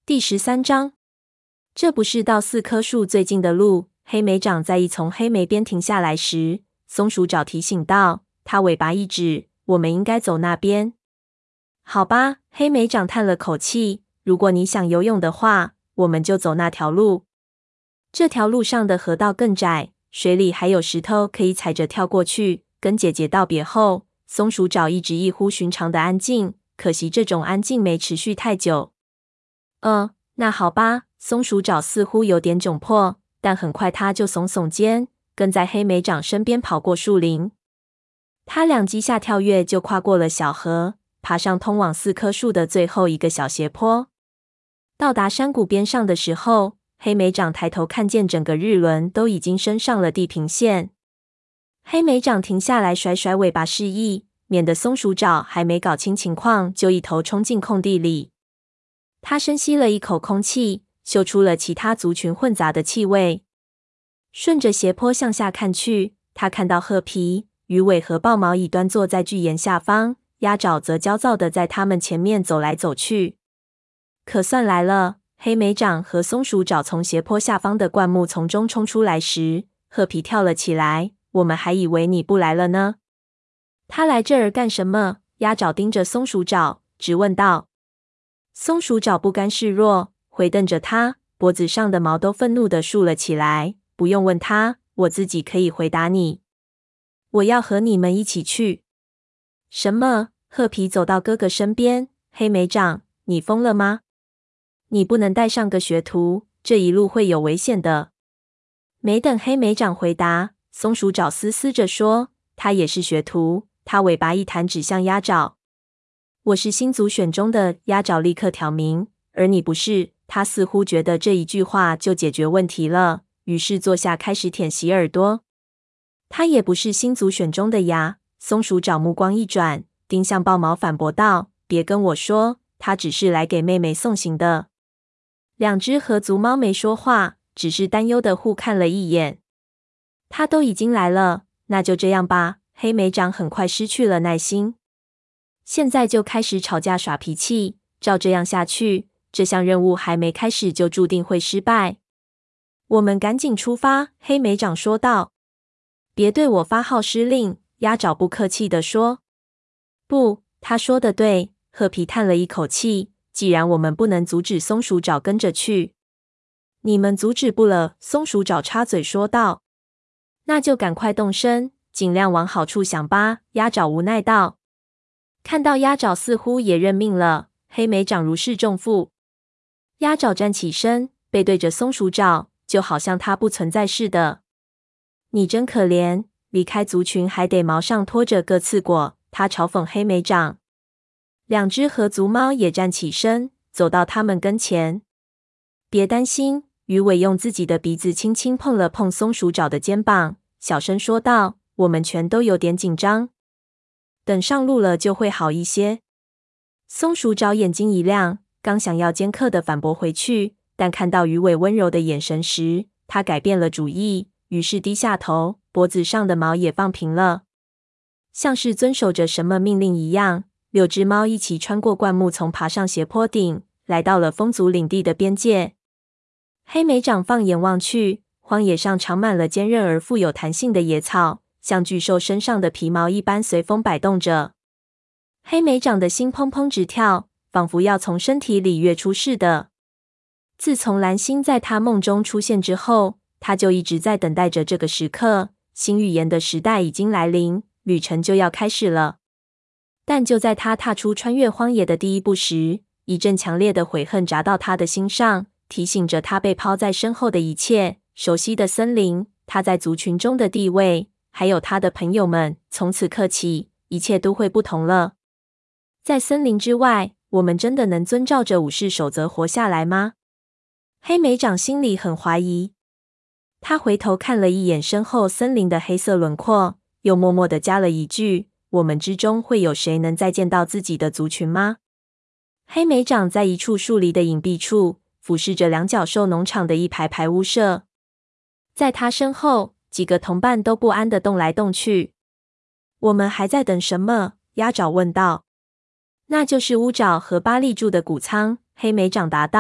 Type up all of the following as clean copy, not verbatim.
第13章，这不是到4棵树最近的路。黑莓长在一丛黑莓边停下来时，松鼠爪提醒道，它尾巴一指，我们应该走那边。好吧，黑莓长叹了口气，如果你想游泳的话，我们就走那条路。这条路上的河道更窄，水里还有石头可以踩着跳过去。跟姐姐道别后，松鼠爪一直异乎寻常的安静，可惜这种安静没持续太久。那好吧，松鼠爪似乎有点窘迫，但很快他就耸耸肩，跟在黑莓长身边跑过树林。他两几下跳跃就跨过了小河，爬上通往4棵树的最后一个小斜坡。到达山谷边上的时候，黑莓长抬头看见整个日轮都已经升上了地平线。黑莓长停下来甩甩尾巴示意，免得松鼠爪还没搞清情况就一头冲进空地里。他深吸了一口空气，嗅出了其他族群混杂的气味。顺着斜坡向下看去，他看到褐皮、鱼尾和豹毛蚁端坐在巨岩下方，鸭爪则焦躁地在他们前面走来走去。可算来了，黑莓长和松鼠爪从斜坡下方的灌木丛中冲出来时，褐皮跳了起来，我们还以为你不来了呢。他来这儿干什么？鸭爪盯着松鼠爪，直问道。松鼠爪不甘示弱，回瞪着他，脖子上的毛都愤怒地竖了起来。不用问他，我自己可以回答你。我要和你们一起去。什么？褐皮走到哥哥身边。黑莓长，你疯了吗？你不能带上个学徒，这一路会有危险的。没等黑莓长回答，松鼠爪嘶嘶着说，他也是学徒。他尾巴一弹指向鸭爪。我是新族选中的，鸭爪立刻挑明，而你不是。他似乎觉得这一句话就解决问题了，于是坐下开始舔洗耳朵。他也不是新族选中的呀。松鼠爪目光一转，盯向豹毛反驳道，别跟我说，他只是来给妹妹送行的。两只合族猫没说话，只是担忧的互看了一眼。他都已经来了，那就这样吧。黑莓长很快失去了耐心。现在就开始吵架耍脾气，照这样下去，这项任务还没开始就注定会失败。我们赶紧出发，黑莓长说道。别对我发号施令，鸭爪不客气地说。不，他说的对，褐皮叹了一口气，既然我们不能阻止松鼠爪跟着去。你们阻止不了，松鼠爪插嘴说道。那就赶快动身，尽量往好处想吧，鸭爪无奈道。看到鸭爪似乎也认命了，黑莓长如释重负。鸭爪站起身，背对着松鼠爪，就好像它不存在似的。你真可怜，离开族群还得毛上拖着个刺果，他嘲讽黑莓长。两只合族猫也站起身，走到他们跟前。别担心，鱼尾用自己的鼻子轻轻碰了碰松鼠爪的肩膀，小声说道，我们全都有点紧张。等上路了就会好一些。松鼠爪眼睛一亮，刚想要尖刻地反驳回去，但看到鱼尾温柔的眼神时，他改变了主意，于是低下头，脖子上的毛也放平了。像是遵守着什么命令一样，6只猫一起穿过灌木丛，爬上斜坡顶，来到了风族领地的边界。黑莓长放眼望去，荒野上长满了坚韧而富有弹性的野草，像巨兽身上的皮毛一般随风摆动着。黑莓长的心砰砰直跳，仿佛要从身体里跃出似的。自从蓝星在他梦中出现之后，他就一直在等待着这个时刻。新预言的时代已经来临，旅程就要开始了。但就在他踏出穿越荒野的第一步时，一阵强烈的悔恨砸到他的心上，提醒着他被抛在身后的一切，熟悉的森林，他在族群中的地位，还有他的朋友们。从此刻起，一切都会不同了。在森林之外，我们真的能遵照着武士守则活下来吗？黑莓长心里很怀疑。他回头看了一眼身后森林的黑色轮廓，又默默地加了一句，我们之中会有谁能再见到自己的族群吗？黑莓长在一处树篱的隐蔽处俯视着两角兽农场的一排排屋舍。在他身后，几个同伴都不安地动来动去。我们还在等什么？鸭爪问道。那就是乌爪和巴利住的谷仓，黑莓长答道。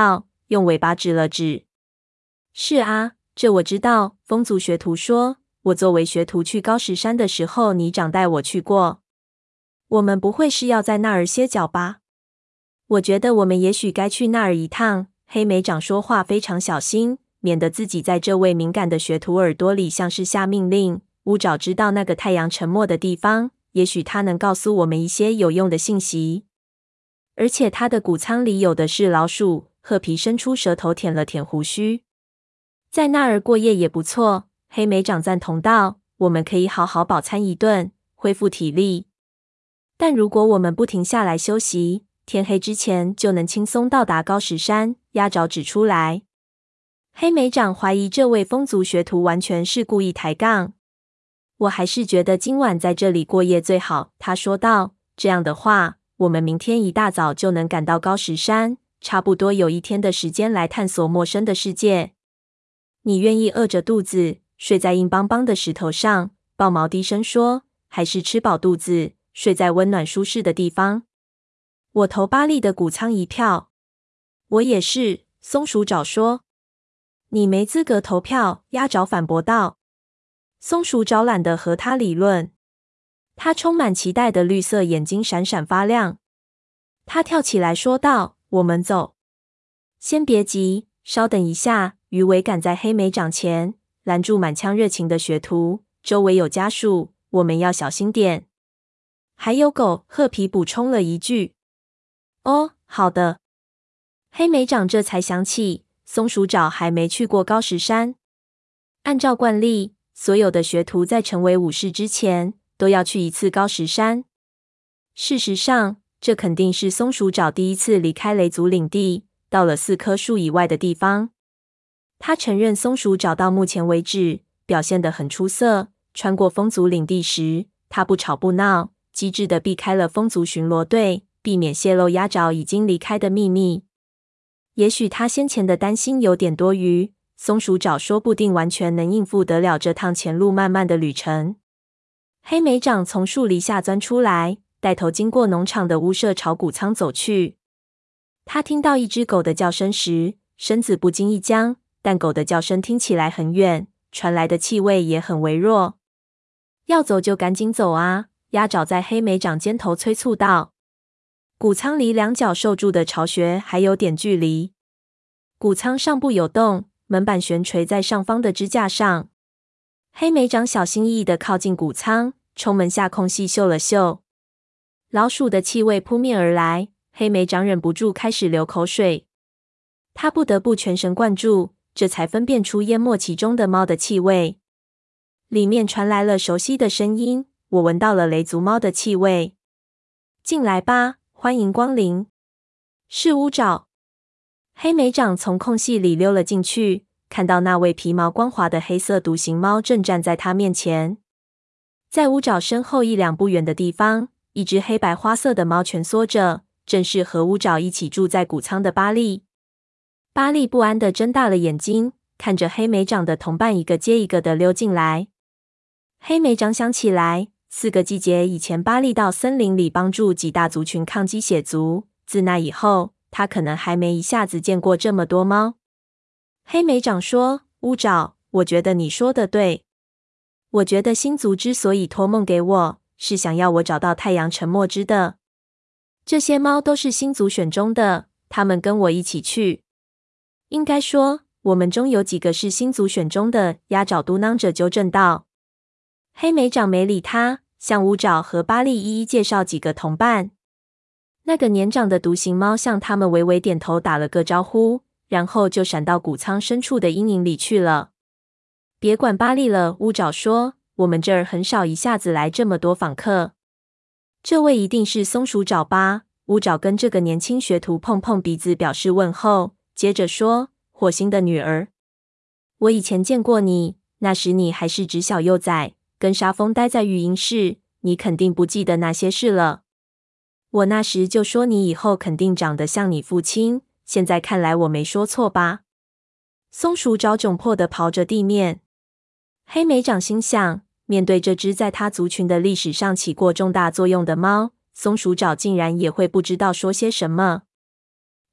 用尾巴指了指。是啊，这我知道。风族学徒说，我作为学徒去高石山的时候，你长带我去过。我们不会是要在那儿歇脚吧？我觉得我们也许该去那儿一趟。黑莓长说话非常小心，免得自己在这位敏感的学徒耳朵里像是下命令。乌爪知道那个太阳沉没的地方，也许他能告诉我们一些有用的信息。而且他的谷仓里有的是老鼠。褐皮伸出舌头舔了舔胡须。在那儿过夜也不错，黑莓长赞同道，我们可以好好饱餐一顿，恢复体力。但如果我们不停下来休息，天黑之前就能轻松到达高石山。鸭爪指出来。黑莓长怀疑这位风族学徒完全是故意抬杠。我还是觉得今晚在这里过夜最好，他说道。这样的话，我们明天一大早就能赶到高石山，差不多有一天的时间来探索陌生的世界。你愿意饿着肚子睡在硬邦邦的石头上？豹毛低声说，还是吃饱肚子睡在温暖舒适的地方？我投巴利的谷仓一票。我也是，松鼠爪说。你没资格投票，鸭爪反驳道。松鼠爪懒得和他理论。他充满期待的绿色眼睛闪闪发亮。他跳起来说道，我们走。先别急，稍等一下。鱼尾赶在黑莓长前，拦住满腔热情的学徒。周围有家属，我们要小心点。还有狗，褐皮补充了一句。哦，好的。黑莓长这才想起，松鼠爪还没去过高石山。按照惯例，所有的学徒在成为武士之前，都要去一次高石山。事实上，这肯定是松鼠爪第一次离开雷族领地，到了4棵树以外的地方。他承认松鼠爪到目前为止表现得很出色。穿过风族领地时，他不吵不闹，机智地避开了风族巡逻队，避免泄露鸭爪已经离开的秘密。也许他先前的担心有点多余，松鼠爪说不定完全能应付得了这趟前路漫漫的旅程。黑莓长从树篱下钻出来，带头经过农场的屋舍朝谷仓走去。他听到一只狗的叫声时，身子不禁一僵，但狗的叫声听起来很远，传来的气味也很微弱。要走就赶紧走啊！鸭爪在黑莓长肩头催促道。谷仓离两角兽住的巢穴还有点距离。谷仓上部有洞，门板悬垂在上方的支架上。黑莓长小心翼翼地靠近谷仓，冲门下空隙嗅了嗅。老鼠的气味扑面而来，黑莓长忍不住开始流口水。他不得不全神贯注，这才分辨出淹没其中的猫的气味。里面传来了熟悉的声音，我闻到了雷族猫的气味。进来吧，欢迎光临。是乌爪。黑莓长从空隙里溜了进去，看到那位皮毛光滑的黑色独行猫正站在他面前。在乌爪身后1-2步远的地方，一只黑白花色的猫蜷缩着，正是和乌爪一起住在谷仓的巴利。巴利不安地睁大了眼睛，看着黑莓长的同伴一个接一个地溜进来。黑莓长想起来，4个季节以前巴利到森林里帮助几大族群抗击血族，自那以后，他可能还没一下子见过这么多猫。黑莓长说，乌爪，我觉得你说的对。我觉得星族之所以托梦给我，是想要我找到太阳沉没之的。这些猫都是星族选中的，他们跟我一起去。应该说，我们中有几个是星族选中的，鸭爪嘟囔着纠正道。黑莓长没理他，向乌爪和巴利一一介绍几个同伴。那个年长的独行猫向他们微微点头打了个招呼，然后就闪到谷仓深处的阴影里去了。别管巴利了，乌爪说，我们这儿很少一下子来这么多访客。这位一定是松鼠爪吧？乌爪跟这个年轻学徒碰碰鼻子表示问候，接着说，火星的女儿。我以前见过你，那时你还是只小幼崽，跟沙风待在育婴室，你肯定不记得那些事了。我那时就说你以后肯定长得像你父亲，现在看来我没说错吧？松鼠爪窘迫地刨着地面。黑莓长心想，面对这只在他族群的历史上起过重大作用的猫，松鼠爪竟然也会不知道说些什么。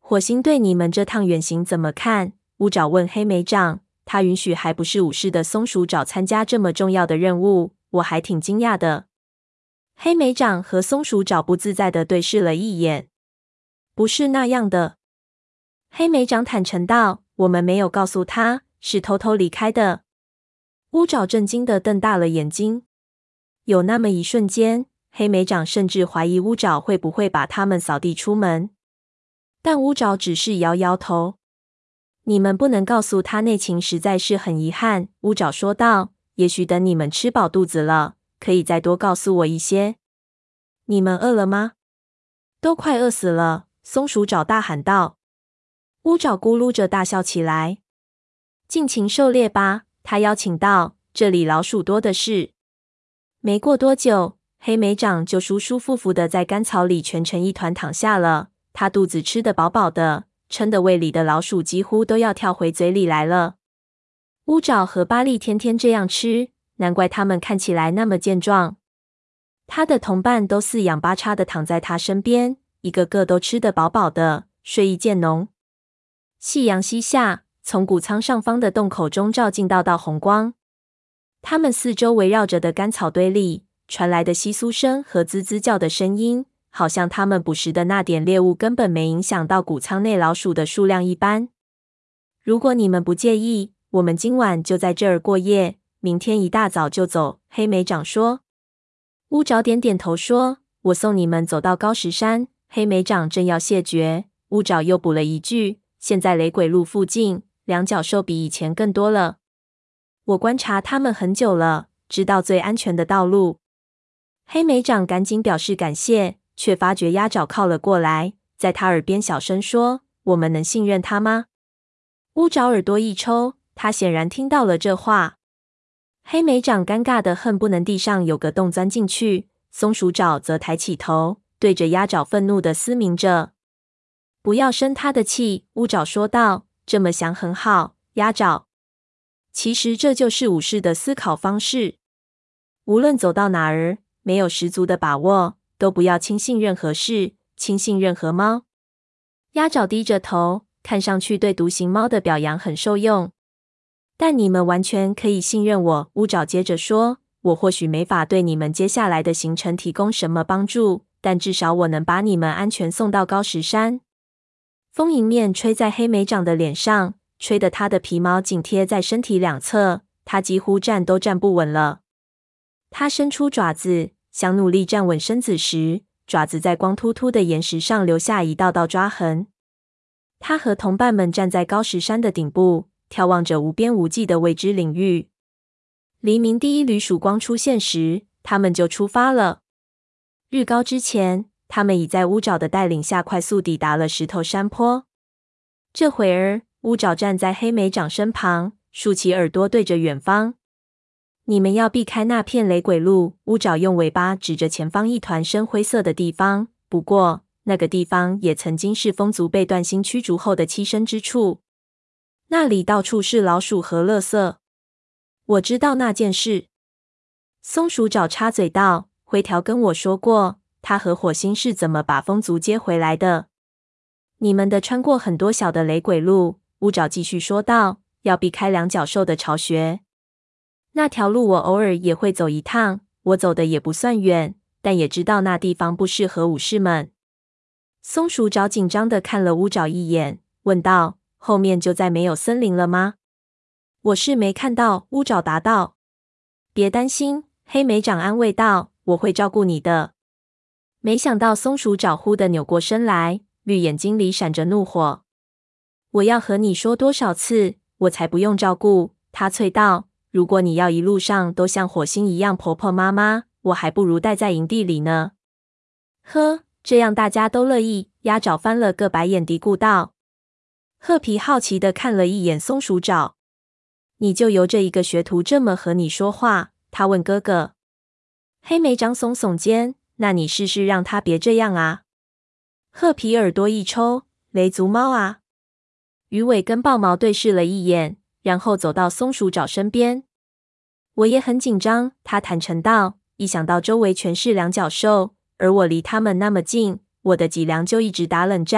火星对你们这趟远行怎么看？乌爪问黑莓长。他允许还不是武士的松鼠爪参加这么重要的任务，我还挺惊讶的。黑莓长和松鼠爪不自在地对视了一眼。不是那样的，黑莓长坦诚道，我们没有告诉他，是偷偷离开的。乌爪震惊地瞪大了眼睛。有那么一瞬间，黑莓长甚至怀疑乌爪会不会把他们扫地出门。但乌爪只是摇摇头。你们不能告诉他内情，实在是很遗憾，乌爪说道。也许等你们吃饱肚子了，可以再多告诉我一些。你们饿了吗？都快饿死了，松鼠爪大喊道。乌爪咕噜着大笑起来。尽情狩猎吧，他邀请道，这里老鼠多的是。没过多久，黑莓长就舒舒服服的在干草里蜷成一团躺下了。他肚子吃得饱饱的，撑得胃里的老鼠几乎都要跳回嘴里来了。乌爪和巴利天天这样吃，难怪他们看起来那么健壮。他的同伴都四仰八叉的躺在他身边，一个个都吃得饱饱的，睡意渐浓。夕阳西下，从谷仓上方的洞口中照进道红光。他们四周围绕着的干草堆里传来的窸窣声和吱吱叫的声音，好像他们捕食的那点猎物根本没影响到谷仓内老鼠的数量一般。如果你们不介意，我们今晚就在这儿过夜，明天一大早就走，黑莓长说。乌爪点点头说，我送你们走到高石山。黑莓长正要谢绝，乌爪又补了一句，现在雷鬼路附近两脚兽比以前更多了。我观察他们很久了，知道最安全的道路。黑莓长赶紧表示感谢，却发觉鸭爪靠了过来，在他耳边小声说，我们能信任他吗？乌爪耳朵一抽，他显然听到了这话。黑莓长尴尬的恨不能地上有个洞钻进去，松鼠爪则抬起头，对着鸭爪愤怒的嘶鸣着。不要生他的气，乌爪说道，这么想很好，鸭爪。其实这就是武士的思考方式。无论走到哪儿，没有十足的把握，都不要轻信任何事，轻信任何猫。鸭爪低着头，看上去对独行猫的表扬很受用。但你们完全可以信任我，乌爪接着说，我或许没法对你们接下来的行程提供什么帮助，但至少我能把你们安全送到高石山。风迎面吹在黑莓长的脸上，吹得他的皮毛紧贴在身体两侧，他几乎站都站不稳了。他伸出爪子，想努力站稳身子时，爪子在光秃秃的岩石上留下一道道抓痕。他和同伴们站在高石山的顶部，眺望着无边无际的未知领域。黎明第一缕曙光出现时，他们就出发了。日高之前，他们已在乌爪的带领下快速抵达了石头山坡。这会儿，乌爪站在黑莓长身旁，竖起耳朵对着远方。你们要避开那片雷鬼路，乌爪用尾巴指着前方一团深灰色的地方。不过，那个地方也曾经是风族被断心驱逐后的栖身之处。那里到处是老鼠和垃圾。我知道那件事。松鼠爪插嘴道，灰条跟我说过，他和火星是怎么把风族接回来的。你们的穿过很多小的雷鬼路，乌爪继续说道，要避开两脚兽的巢穴。那条路我偶尔也会走一趟，我走的也不算远，但也知道那地方不适合武士们。松鼠爪紧张地看了乌爪一眼，问道，后面就再没有森林了吗？我是没看到，乌爪答道。别担心，黑莓长安慰道，我会照顾你的。没想到松鼠爪忽地扭过身来，绿眼睛里闪着怒火。我要和你说多少次，我才不用照顾，他啐道。如果你要一路上都像火星一样婆婆妈妈，我还不如待在营地里呢。呵，这样大家都乐意。鸭爪翻了个白眼，嘀咕道。褐皮好奇地看了一眼松鼠爪。你就由着一个学徒这么和你说话？他问哥哥。黑莓长耸耸肩，那你试试让他别这样啊。褐皮耳朵一抽，雷族猫啊。鱼尾跟豹毛对视了一眼，然后走到松鼠爪身边。我也很紧张，他坦诚道，一想到周围全是两脚兽，而我离他们那么近，我的脊梁就一直打冷战，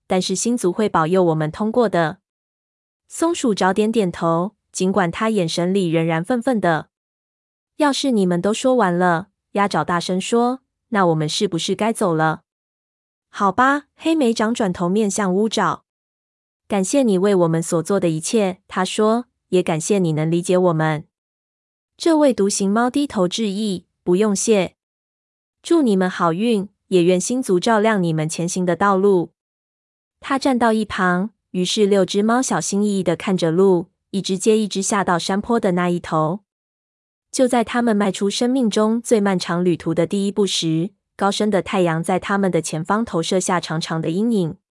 但是星族会保佑我们通过的。松鼠找点点头，尽管他眼神里仍然愤愤的。要是你们都说完了，鸭爪大声说，那我们是不是该走了？好吧，黑莓长转头面向乌爪。感谢你为我们所做的一切，他说，也感谢你能理解我们。这位独行猫低头致意，不用谢。祝你们好运，也愿星族照亮你们前行的道路。他站到一旁，于是6只猫小心翼翼地看着路，一只接一只下到山坡的那一头。就在他们迈出生命中最漫长旅途的第一步时，高升的太阳在他们的前方投射下长长的阴影。